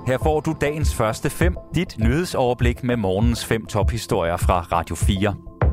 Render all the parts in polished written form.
Her får du dagens første 5, dit nyhedsoverblik med morgens 5 tophistorier fra Radio 4.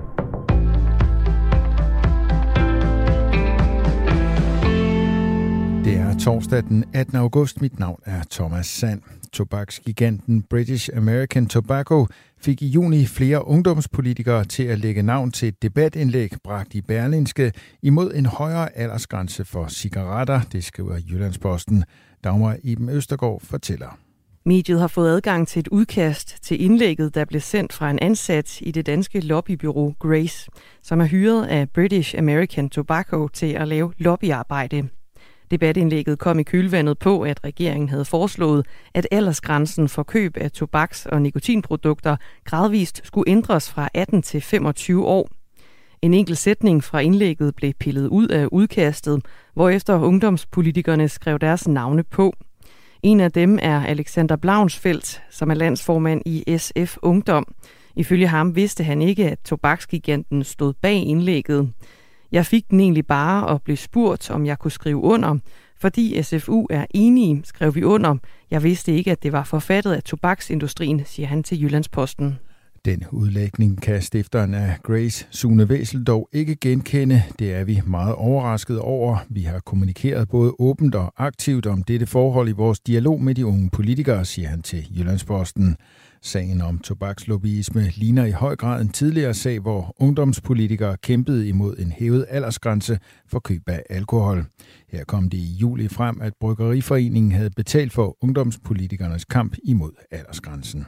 Det er torsdag den 18. august. Mit navn er Thomas Sand. Tobaksgiganten British American Tobacco fik i juni flere ungdomspolitikere til at lægge navn til et debatindlæg bragt i Berlingske imod en højere aldersgrænse for cigaretter, det skriver Jyllandsposten. Dagmar Iben Østergaard fortæller. Mediet har fået adgang til et udkast til indlægget, der blev sendt fra en ansat i det danske lobbybureau Grace, som er hyret af British American Tobacco til at lave lobbyarbejde. Debatindlægget kom i kølvandet på, at regeringen havde foreslået, at aldersgrænsen for køb af tobaks- og nikotinprodukter gradvist skulle ændres fra 18 til 25 år. En enkelt sætning fra indlægget blev pillet ud af udkastet, hvorefter ungdomspolitikerne skrev deres navne på. En af dem er Alexander Blaunsfeldt, som er landsformand i SF Ungdom. Ifølge ham vidste han ikke, at tobaksgiganten stod bag indlægget. Jeg fik den egentlig bare og blev spurgt, om jeg kunne skrive under. Fordi SFU er enige, skrev vi under. Jeg vidste ikke, at det var forfattet af tobaksindustrien, siger han til Jyllandsposten. Den udlægning kan stifteren af Grace, Sune Væsel, dog ikke genkende. Det er vi meget overrasket over. Vi har kommunikeret både åbent og aktivt om dette forhold i vores dialog med de unge politikere, siger han til Jyllandsposten. Sagen om tobakslobbyisme ligner i høj grad en tidligere sag, hvor ungdomspolitikere kæmpede imod en hævet aldersgrænse for køb af alkohol. Her kom det i juli frem, at Bryggeriforeningen havde betalt for ungdomspolitikernes kamp imod aldersgrænsen.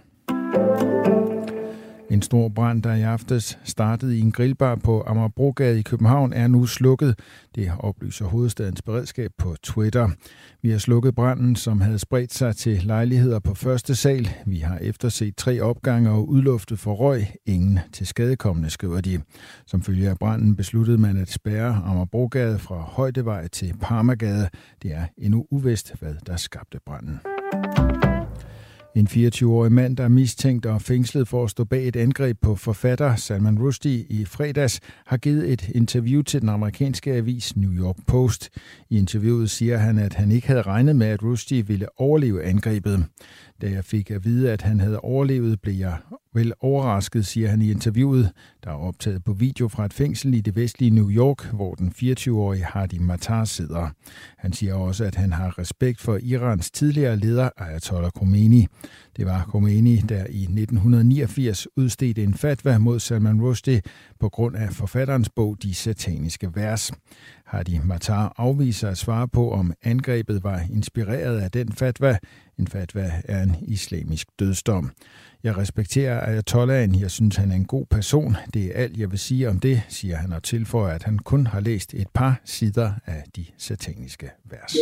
En stor brand, der i aftes startede i en grillbar på Amagerbrogade i København, er nu slukket. Det oplyser hovedstadens beredskab på Twitter. Vi har slukket branden, som havde spredt sig til lejligheder på første sal. Vi har efterset 3 opgange og udluftet for røg. Ingen til skadekommende, skriver de. Som følge af branden besluttede man at spærre Amagerbrogade fra Højdevej til Parmagade. Det er endnu uvist, hvad der skabte branden. En 24-årig mand, der er mistænkt og fængslet for at stå bag et angreb på forfatter Salman Rushdie i fredags, har givet et interview til den amerikanske avis New York Post. I interviewet siger han, at han ikke havde regnet med, at Rushdie ville overleve angrebet. Da jeg fik at vide, at han havde overlevet, blev jeg vel overrasket, siger han i interviewet, der er optaget på video fra et fængsel i det vestlige New York, hvor den 24-årige Hadi Matar sidder. Han siger også, at han har respekt for Irans tidligere leder Ayatollah Khomeini. Det var Khomeini, der i 1989 udstedte en fatwa mod Salman Rushdie på grund af forfatterens bog De Sataniske Vers. Hadi Matar afviser at svare på, om angrebet var inspireret af den fatwa. En fatwa er en islamisk dødsdom. Jeg respekterer Ayatollahen. Jeg synes, han er en god person. Det er alt, jeg vil sige om det, siger han og tilføjer, at han kun har læst et par sider af De Sataniske Vers.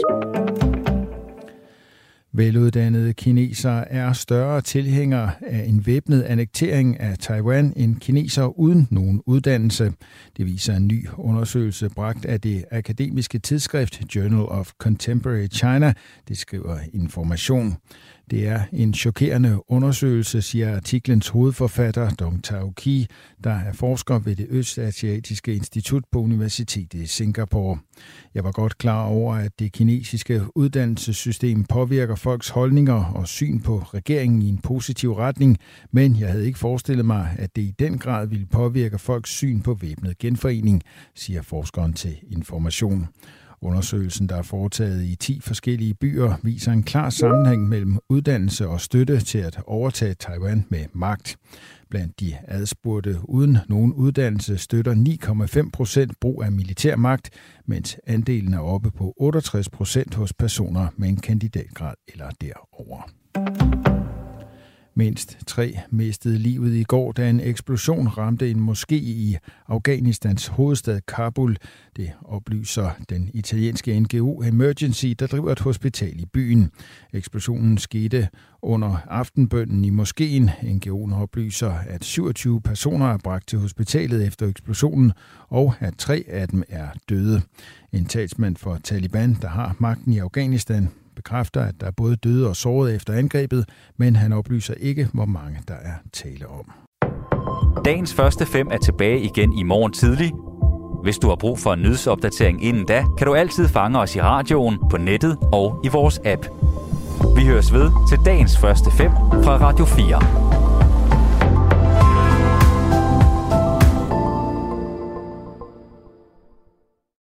Veluddannede kinesere er større tilhængere af en væbnet annektering af Taiwan end kinesere uden nogen uddannelse. Det viser en ny undersøgelse bragt af det akademiske tidsskrift Journal of Contemporary China. Det skriver Information. Det er en chokerende undersøgelse, siger artiklens hovedforfatter Dong Tao Ki, der er forsker ved det Østasiatiske Institut på Universitetet i Singapore. Jeg var godt klar over, at det kinesiske uddannelsessystem påvirker folks holdninger og syn på regeringen i en positiv retning, men jeg havde ikke forestillet mig, at det i den grad ville påvirke folks syn på væbnet genforening, siger forskeren til Information. Undersøgelsen, der er foretaget i 10 forskellige byer, viser en klar sammenhæng mellem uddannelse og støtte til at overtage Taiwan med magt. Blandt de adspurgte uden nogen uddannelse støtter 9,5% brug af militærmagt, mens andelen er oppe på 68% hos personer med en kandidatgrad eller derover. Mindst 3 mistede livet i går, da en eksplosion ramte en moské i Afghanistans hovedstad Kabul. Det oplyser den italienske NGO Emergency, der driver et hospital i byen. Eksplosionen skete under aftenbønnen i moskeen. NGO'en oplyser, at 27 personer er bragt til hospitalet efter eksplosionen, og at 3 af dem er døde. En talsmand for Taliban, der har magten i Afghanistan, bekræfter, at der er både døde og sårede efter angrebet, men han oplyser ikke, hvor mange der er tale om. Dagens første 5 er tilbage igen i morgen tidlig. Hvis du har brug for en nyhedsopdatering inden da, kan du altid fange os i radioen, på nettet og i vores app. Vi høres ved til dagens første 5 fra Radio 4.